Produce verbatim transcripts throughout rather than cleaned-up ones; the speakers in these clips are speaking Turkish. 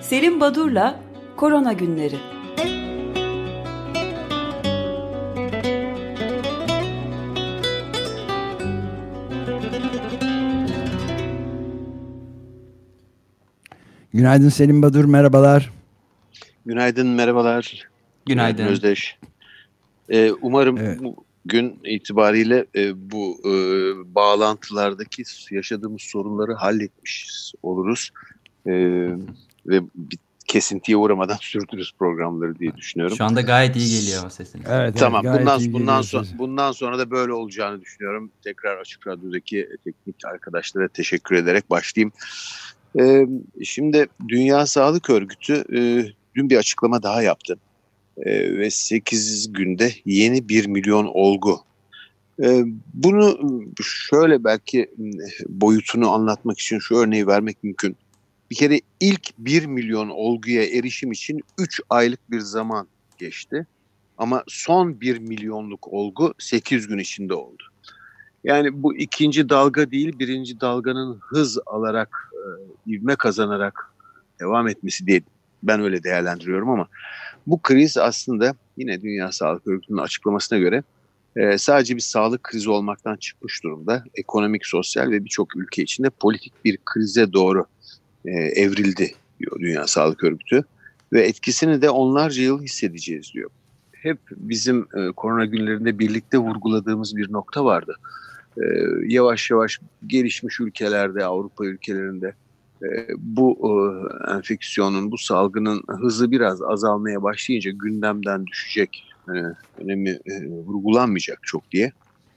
Selim Badur'la Korona Günleri. Günaydın Selim Badur, merhabalar. Günaydın, merhabalar. Günaydın. Günaydın Özdeş. Ee, umarım Evet. bugün itibariyle e, bu e, bağlantılardaki yaşadığımız sorunları halletmiş oluruz. E, ve bir kesintiye uğramadan sürdürürüz programları diye düşünüyorum. Şu anda gayet iyi geliyor ama sesiniz. Evet, Tamam. evet, bundan bundan sonra bundan sonra da böyle olacağını düşünüyorum. Tekrar Açık Radyo'daki teknik arkadaşlara teşekkür ederek başlayayım. Ee, şimdi Dünya Sağlık Örgütü e, dün bir açıklama daha yaptı. E, ve sekiz günde yeni bir milyon olgu. E, bunu şöyle belki boyutunu anlatmak için şu örneği vermek mümkün. Bir kere ilk bir milyon olguya erişim için üç aylık bir zaman geçti. Ama son bir milyonluk olgu sekiz gün içinde oldu. Yani bu ikinci dalga değil, birinci dalganın hız alarak, e, ivme kazanarak devam etmesi diye ben öyle değerlendiriyorum ama bu kriz aslında yine Dünya Sağlık Örgütü'nün açıklamasına göre e, sadece bir sağlık krizi olmaktan çıkmış durumda. Ekonomik, sosyal ve birçok ülke içinde politik bir krize doğru e, evrildi diyor Dünya Sağlık Örgütü ve etkisini de onlarca yıl hissedeceğiz diyor. Hep bizim e, korona günlerinde birlikte vurguladığımız bir nokta vardı. Ee, yavaş yavaş gelişmiş ülkelerde, Avrupa ülkelerinde e, bu e, enfeksiyonun, bu salgının hızı biraz azalmaya başlayınca gündemden düşecek, e, önemi e, vurgulanmayacak çok diye.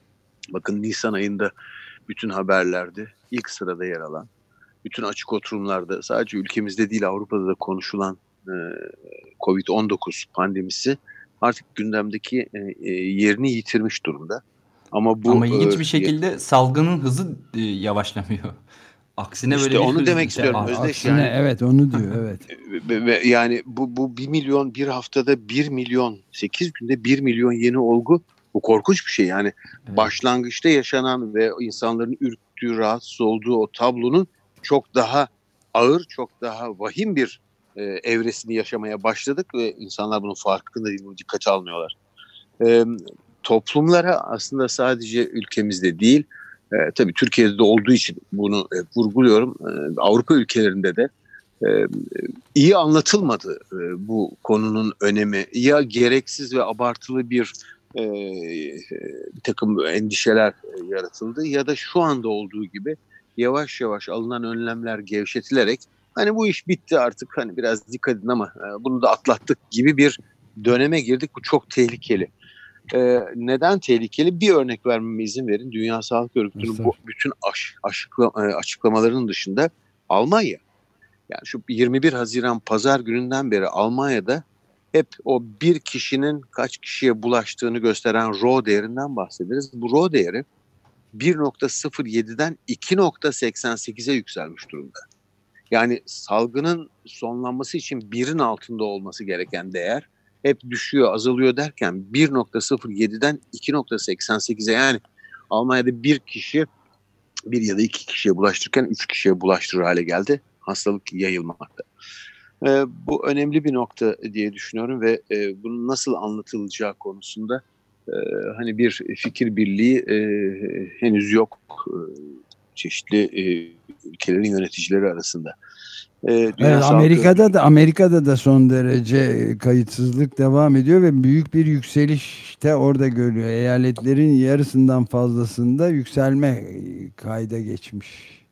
Bakın Nisan ayında bütün haberlerde ilk sırada yer alan, bütün açık oturumlarda sadece ülkemizde değil Avrupa'da da konuşulan e, kovid on dokuz pandemisi artık gündemdeki e, yerini yitirmiş durumda. Ama bu Ama ilginç e, bir şekilde salgının hızı e, yavaşlamıyor. Aksine işte böyle bir onu hız demek ise- istiyorum. Aa, Özdeş Aksine yani evet onu diyor, evet. ve, ve yani bu bu bir milyon bir haftada bir milyon sekiz günde bir milyon yeni olgu bu korkunç bir şey yani evet. başlangıçta yaşanan ve insanların ürktüğü rahatsız olduğu o tablonun çok daha ağır çok daha vahim bir e, evresini yaşamaya başladık ve insanlar bunun farkında değil, bunu dikkate almıyorlar. E, toplumlara aslında sadece ülkemizde değil e, tabii Türkiye'de de olduğu için bunu e, vurguluyorum e, Avrupa ülkelerinde de e, iyi anlatılmadı e, bu konunun önemi. Ya gereksiz ve abartılı bir e, bir takım endişeler e, yaratıldı ya da şu anda olduğu gibi yavaş yavaş alınan önlemler gevşetilerek hani bu iş bitti artık hani biraz dikkat edin ama e, bunu da atlattık gibi bir döneme girdik. Bu çok tehlikeli. Ee, neden tehlikeli? Bir örnek vermeme izin verin. Dünya Sağlık Örgütü'nün bu bütün aş, aşıkla, açıklamalarının dışında Almanya. Yani şu yirmi bir Haziran Pazar gününden beri Almanya'da hep o bir kişinin kaç kişiye bulaştığını gösteren R değerinden bahsederiz. Bu R değeri bir nokta sıfır yediden iki nokta seksen sekize yükselmiş durumda. Yani salgının sonlanması için birin altında olması gereken değer hep düşüyor, azalıyor derken bir nokta sıfır yediden iki nokta seksen sekize yani Almanya'da bir kişi bir ya da iki kişiye bulaştırırken üç kişiye bulaştırır hale geldi. Hastalık yayılmakta. Ee, bu önemli bir nokta diye düşünüyorum ve e, bunun nasıl anlatılacağı konusunda e, hani bir fikir birliği e, henüz yok e, çeşitli e, ülkelerin yöneticileri arasında. Ee, Evet, Amerika'da da Amerika'da da son derece kayıtsızlık devam ediyor ve büyük bir yükselişte orada görülüyor. Eyaletlerin yarısından fazlasında yükselme kayda geçmiş.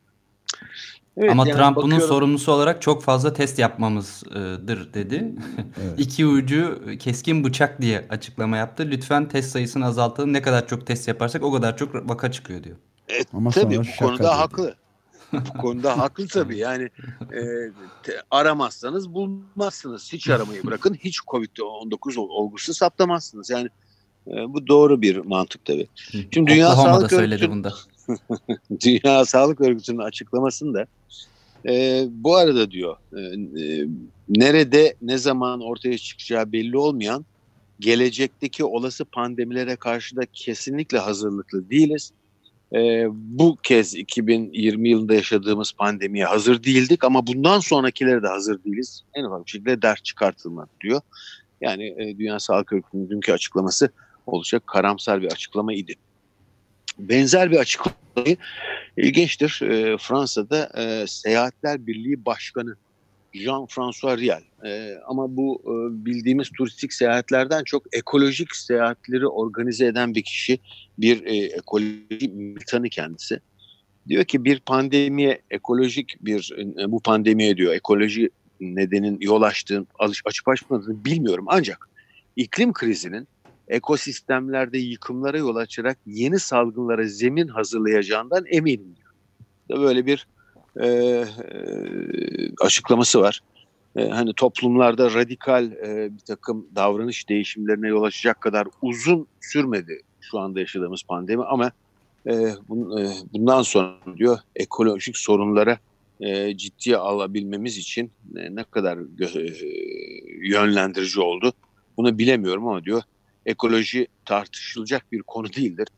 Evet, ama yani Trump bakıyorum, bunun sorumlusu olarak çok fazla test yapmamızdır dedi. Evet. İki ucu keskin bıçak diye açıklama yaptı. Lütfen test sayısını azaltalım. Ne kadar çok test yaparsak o kadar çok vaka çıkıyor diyor. E, ama tabii bu konuda dedi. haklı. Bu konuda haklı tabii. Yani e, te, aramazsanız bulmazsınız. Hiç aramayı bırakın. Hiç kovid on dokuz olgusu saptamazsınız. Yani e, bu doğru bir mantık tabii. Şimdi Dünya Sağlık Örgütü Dünya Sağlık Örgütü'nün açıklamasında e, bu arada diyor e, e, nerede ne zaman ortaya çıkacağı belli olmayan gelecekteki olası pandemilere karşı da kesinlikle hazırlıklı değiliz. e, bu kez iki bin yirmi yılında yaşadığımız pandemiye hazır değildik ama bundan sonrakilere de hazır değiliz. En ufak bir şekilde ders çıkartılmak diyor. Yani e, Dünya Sağlık Örgütü'nün dünkü açıklaması oldukça karamsar bir açıklama idi. Benzer bir açıklamayı ilginçtir. E, Fransa'da e, Seyahatler Birliği Başkanı Jean-François Riel. E, ama bu e, bildiğimiz turistik seyahatlerden çok ekolojik seyahatleri organize eden bir kişi, bir e, ekoloji militanı kendisi. Diyor ki bir pandemiye ekolojik bir e, bu pandemiye diyor ekoloji nedenin yol açtığını, açıp açmadığını bilmiyorum ancak iklim krizinin ekosistemlerde yıkımlara yol açarak yeni salgınlara zemin hazırlayacağından eminim diyor. Böyle bir e, e, açıklaması var. E, hani toplumlarda radikal e, bir takım davranış değişimlerine yol açacak kadar uzun sürmedi şu anda yaşadığımız pandemi ama e, bun, e, bundan sonra diyor ekolojik sorunlara e, ciddiye alabilmemiz için e, ne kadar gö- e, yönlendirici oldu bunu bilemiyorum ama diyor ekoloji tartışılacak bir konu değildir.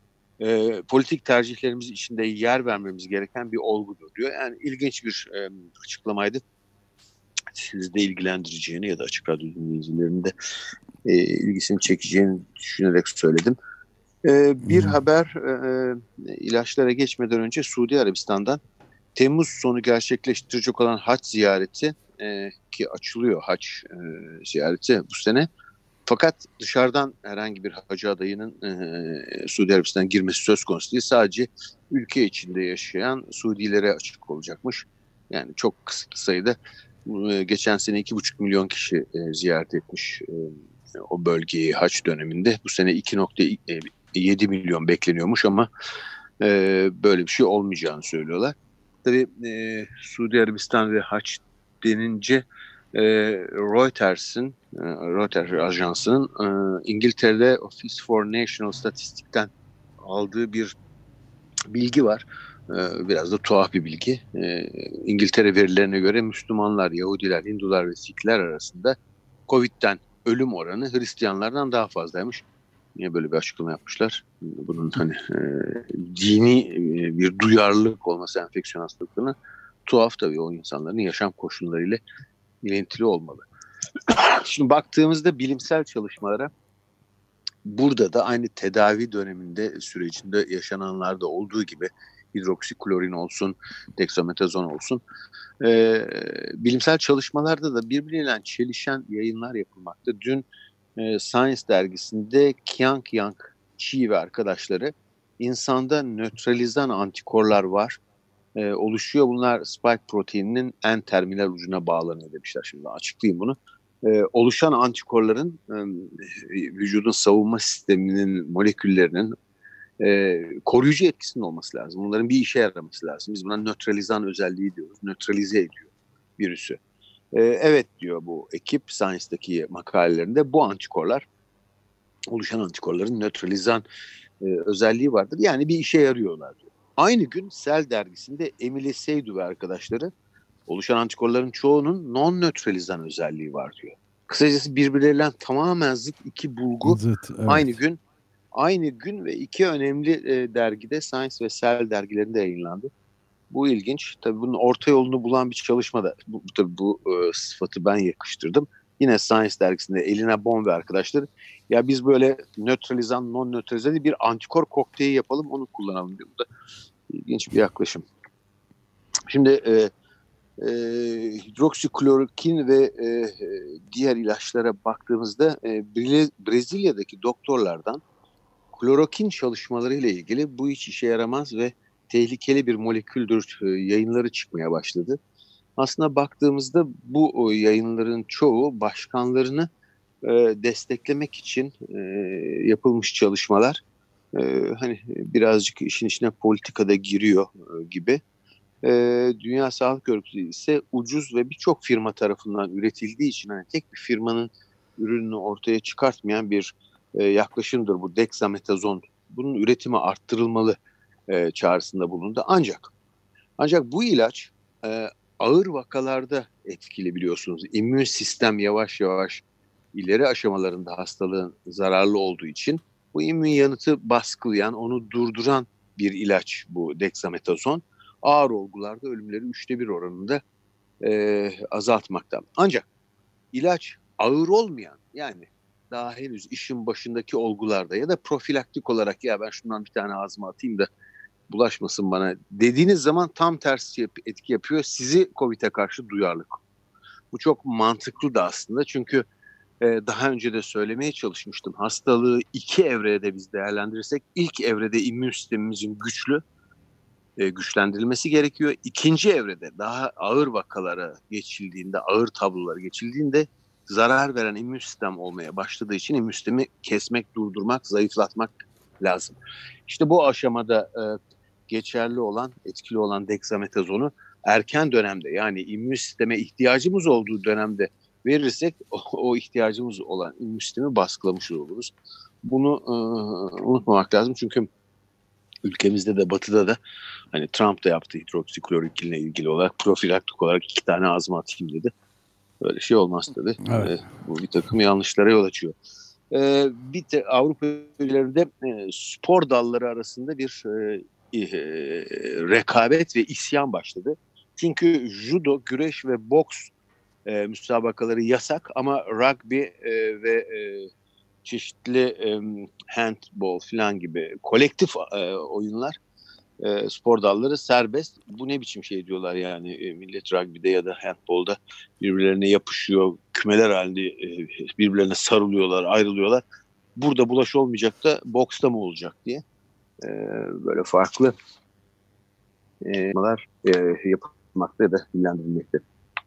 E, politik tercihlerimiz içinde yer vermemiz gereken bir olgudur diyor. Yani ilginç bir e, açıklamaydı. Sizi de ilgilendireceğini ya da Açık Radyo dinleyicilerinin de e, ilgisini çekeceğini düşünerek söyledim. E, bir hmm. haber e, ilaçlara geçmeden önce Suudi Arabistan'dan Temmuz sonu gerçekleştirecek olan hac ziyareti e, ki açılıyor hac e, ziyareti bu sene. Fakat dışarıdan herhangi bir hacı adayının e, Suudi Arabistan'a girmesi söz konusu değil. Sadece ülke içinde yaşayan Suudilere açık olacakmış. Yani çok kısıtlı sayıda. E, geçen sene iki buçuk milyon kişi e, ziyaret etmiş e, o bölgeyi hac döneminde. Bu sene iki nokta yedi milyon bekleniyormuş ama e, böyle bir şey olmayacağını söylüyorlar. Tabii e, Suudi Arabistan ve hac denince e, Reuters'ın e, Reuters ajansının e, İngiltere'de Office for National Statistic'ten aldığı bir bilgi var. E, biraz da tuhaf bir bilgi. E, İngiltere verilerine göre Müslümanlar, Yahudiler, Hindular ve Sikler arasında Covid'den ölüm oranı Hristiyanlardan daha fazlaymış. Niye böyle bir açıklama yapmışlar? Bunun hani e, dini e, bir duyarlılık olması enfeksiyon hastalıklarına tuhaf tabii o insanların yaşam koşullarıyla ilintili olmalı. Şimdi baktığımızda bilimsel çalışmalara burada da aynı tedavi döneminde sürecinde yaşananlarda olduğu gibi hidroksiklorin olsun, dexametazon olsun e, bilimsel çalışmalarda da birbiriyle çelişen yayınlar yapılmakta. Dün e, Science dergisinde Qiang-Yang Chi ve arkadaşları insanda nötralizan antikorlar var. E, oluşuyor. Bunlar spike proteininin en terminal ucuna bağlanıyor demişler. Şimdi açıklayayım bunu. E, oluşan antikorların e, vücudun savunma sisteminin moleküllerinin e, koruyucu etkisinin olması lazım. Bunların bir işe yaraması lazım. Biz buna nötralizan özelliği diyoruz. Nötralize ediyor virüsü. E, evet diyor bu ekip Science'daki makalelerinde bu antikorlar oluşan antikorların nötralizan e, özelliği vardır. Yani bir işe yarıyorlar diyor. Aynı gün Cell dergisinde Emile Seydu ve arkadaşları oluşan antikorların çoğunun non-nötralizan özelliği var diyor. Kısacası birbirleriyle tamamen zıt iki bulgu zıt, evet. aynı gün aynı gün ve iki önemli e, dergide Science ve Cell dergilerinde yayınlandı. Bu ilginç. Tabii bunun orta yolunu bulan bir çalışma da bu, tabii bu e, sıfatı ben yakıştırdım. Yine Science dergisinde Elina Bon ve arkadaşları ya biz böyle nötralizan, non-nötralizan bir antikor kokteyli yapalım onu kullanalım diyor. Bu da ilginç bir yaklaşım. Şimdi e, e, hidroksiklorokin ve e, diğer ilaçlara baktığımızda e, Brezilya'daki doktorlardan klorokin çalışmaları ile ilgili bu hiç işe yaramaz ve tehlikeli bir moleküldür e, yayınları çıkmaya başladı. Aslında baktığımızda bu yayınların çoğu başkanlarını e, desteklemek için e, yapılmış çalışmalar. E, hani birazcık işin içine politikada giriyor e, gibi. E, Dünya Sağlık Örgütü ise ucuz ve birçok firma tarafından üretildiği için hani tek bir firmanın ürününü ortaya çıkartmayan bir e, yaklaşımdır bu dexametazon. Bunun üretimi arttırılmalı e, çağrısında bulundu. Ancak ancak bu ilaç e, ağır vakalarda etkili biliyorsunuz. İmmün sistem yavaş yavaş ileri aşamalarında hastalığın zararlı olduğu için bu immün yanıtı baskılayan, onu durduran bir ilaç bu dexamethasone. Ağır olgularda ölümleri üçte bir oranında e, azaltmakta. Ancak ilaç ağır olmayan, yani daha henüz işin başındaki olgularda ya da profilaktik olarak ya ben şundan bir tane ağzıma atayım da bulaşmasın bana dediğiniz zaman tam tersi etki yapıyor. Sizi Covid'e karşı duyarlı. Bu çok mantıklı da aslında, çünkü e, daha önce de söylemeye çalışmıştım. Hastalığı iki evrede biz değerlendirirsek, ilk evrede immün sistemimizin güçlü, e, güçlendirilmesi gerekiyor. İkinci evrede daha ağır vakalara geçildiğinde, ağır tablolara geçildiğinde zarar veren immün sistem olmaya başladığı için immün sistemi kesmek, durdurmak, zayıflatmak lazım. İşte bu aşamada e, geçerli olan, etkili olan dexamethasonu erken dönemde, yani immün sisteme ihtiyacımız olduğu dönemde verirsek o, o ihtiyacımız olan immün sistemi baskılamış oluruz. Bunu e, unutmamak lazım, çünkü ülkemizde de batıda da hani Trump da yaptı hidroksiklorokinle ilgili olarak, profilaktik olarak iki tane ağzıma atayım dedi. Böyle şey olmaz tabii. Evet. E, bu bir takım yanlışlara yol açıyor. E, bir de Avrupa ülkelerinde e, spor dalları arasında bir e, e, rekabet ve isyan başladı. Çünkü judo, güreş ve boks e, müsabakaları yasak, ama rugby e, ve e, çeşitli e, handball falan gibi kolektif e, oyunlar, e, spor dalları serbest. Bu ne biçim şey diyorlar yani, e, millet rugby'de ya da handball'da birbirlerine yapışıyor, kümeler halinde e, birbirlerine sarılıyorlar, ayrılıyorlar. Burada bulaş olmayacak da boksta mı olacak diye e, böyle farklı e, e, yapılmakta ya da dillendirilmekte.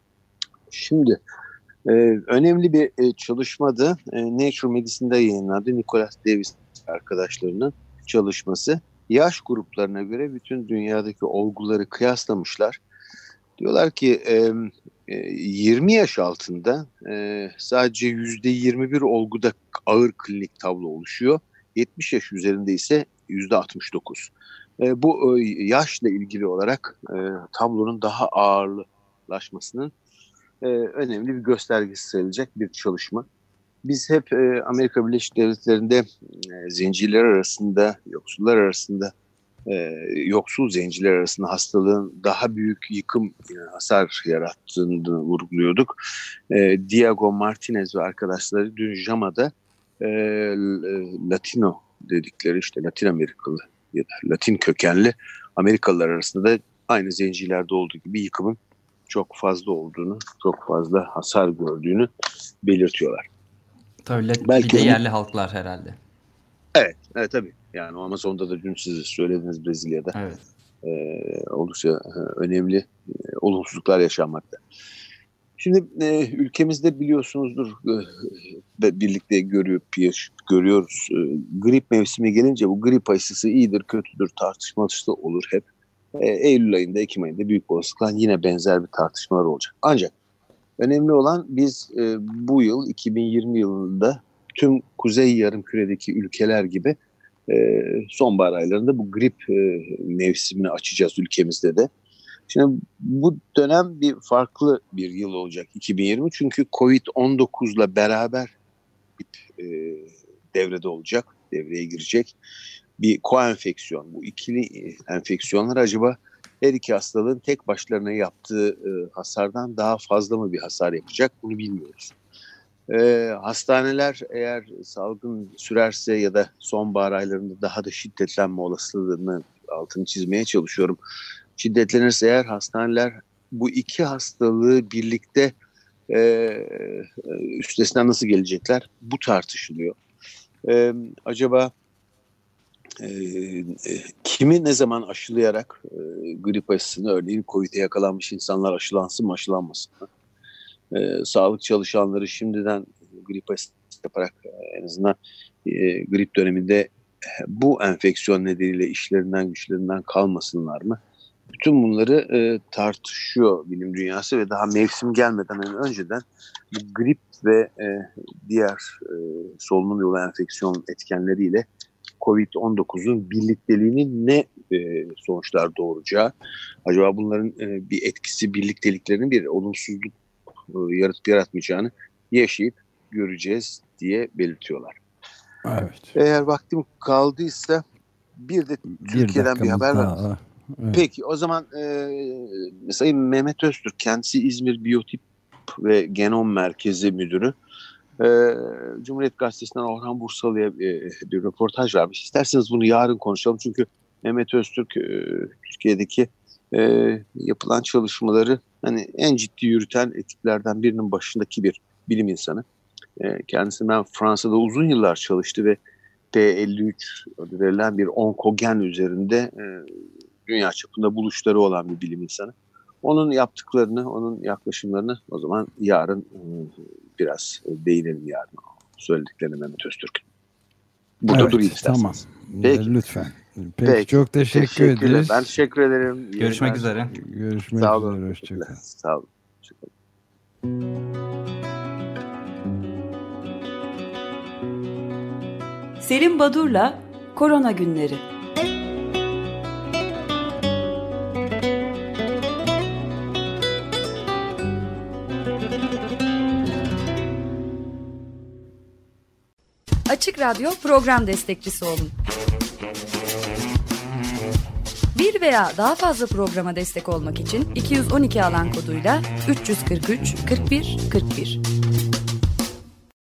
Şimdi e, önemli bir e, çalışmada e, Nature Medicine'de yayınlandı. Nicholas Davis arkadaşlarının çalışması. Yaş gruplarına göre bütün dünyadaki olguları kıyaslamışlar. Diyorlar ki e, e, yirmi yaş altında e, sadece yüzde yirmi bir olguda ağır klinik tablo oluşuyor. yetmiş yaş üzerinde ise yüzde altmış dokuz. E, bu e, yaşla ilgili olarak e, tablonun daha ağırlaşmasının e, önemli bir göstergesi sayılacak bir çalışma. Biz hep e, Amerika Birleşik Devletleri'nde e, zenciler arasında, yoksullar arasında, e, yoksul zenciler arasında hastalığın daha büyük yıkım, e, hasar yarattığını vurguluyorduk. E, Diego Martinez ve arkadaşları dün JAMA'da e, Latino dedikleri, işte Latin Amerikalı ya da Latin kökenli Amerikalılar arasında da aynı zencilerde olduğu gibi yıkımın çok fazla olduğunu, çok fazla hasar gördüğünü belirtiyorlar. Tabii, belki de yerli halklar herhalde. Evet, evet tabii. Yani Amazon'da da dün siz söylediniz, Brezilya'da evet. e, oldukça e, önemli e, olumsuzluklar yaşanmakta. Şimdi e, ülkemizde biliyorsunuzdur, e, birlikte görüyor, görüyoruz. E, grip mevsimi gelince bu grip aşısı iyidir, kötüdür tartışması olur hep. E, Eylül ayında, Ekim ayında büyük olasılıkla yine benzer bir tartışmalar olacak. Ancak önemli olan, biz e, bu yıl iki bin yirmi yılında tüm Kuzey Yarımküre'deki ülkeler gibi e, sonbahar aylarında bu grip e, mevsimini açacağız ülkemizde de. Şimdi bu dönem bir farklı bir yıl olacak iki bin yirmi, çünkü kovid on dokuzla beraber e, devrede olacak, devreye girecek bir koenfeksiyon. Bu ikili enfeksiyonlar acaba her iki hastalığın tek başlarına yaptığı e, hasardan daha fazla mı bir hasar yapacak, bunu bilmiyoruz. E, hastaneler eğer salgın sürerse ya da sonbahar aylarında daha da şiddetlenme olasılığını altını çizmeye çalışıyorum. Şiddetlenirse eğer hastaneler bu iki hastalığı birlikte e, üstesinden nasıl gelecekler? Bu tartışılıyor. E, acaba e, e, kimi ne zaman aşılayarak e, grip aşısını, örneğin Covid'e yakalanmış insanlar aşılansın mı aşılanmasın mı? E, sağlık çalışanları şimdiden grip aşısı yaparak e, en azından e, grip döneminde e, bu enfeksiyon nedeniyle işlerinden güçlerinden kalmasınlar mı? Bütün bunları e, tartışıyor bilim dünyası ve daha mevsim gelmeden önceden bu grip ve e, diğer e, solunum yolu enfeksiyon etkenleriyle kovid on dokuzun birlikteliğinin ne e, sonuçlar doğuracağı, acaba bunların e, bir etkisi, birlikteliklerinin bir olumsuzluk e, yaratıp yaratmayacağını yaşayıp göreceğiz diye belirtiyorlar. Evet. Eğer vaktim kaldıysa Bir de Türkiye'den bir, bir haber var. Evet. Peki o zaman e, Sayın Mehmet Öztürk, kendisi İzmir Biyotip ve Genom Merkezi Müdürü. E, Cumhuriyet Gazetesi'nden Orhan Bursalı'ya e, bir röportaj vermiş. İsterseniz bunu yarın konuşalım. Çünkü Mehmet Öztürk e, Türkiye'deki e, yapılan çalışmaları hani en ciddi yürüten ekiplerden birinin başındaki bir bilim insanı. E, kendisi ben Fransa'da uzun yıllar çalıştı ve P elli üç adı verilen bir onkogen üzerinde e, dünya çapında buluşları olan bir bilim insanı. Onun yaptıklarını, onun yaklaşımlarını o zaman yarın e, biraz değinelim yarın söylediklerine Mehmet Öztürk. Burada evet, durayım isterseniz. Tamam. Peki. Lütfen. Peki, Peki. Çok teşekkür ederiz. Ben teşekkür ederim. Görüşmek İyi üzere. Görüşmek Sağ olun. üzere. Hoşçakalın. Sağ olun. Hoşçakalın. Selim Badur'la Korona Günleri. Açık Radyo program destekçisi olun. Bir veya daha fazla programa destek olmak için iki yüz on iki alan koduyla üç yüz kırk üç kırk bir kırk bir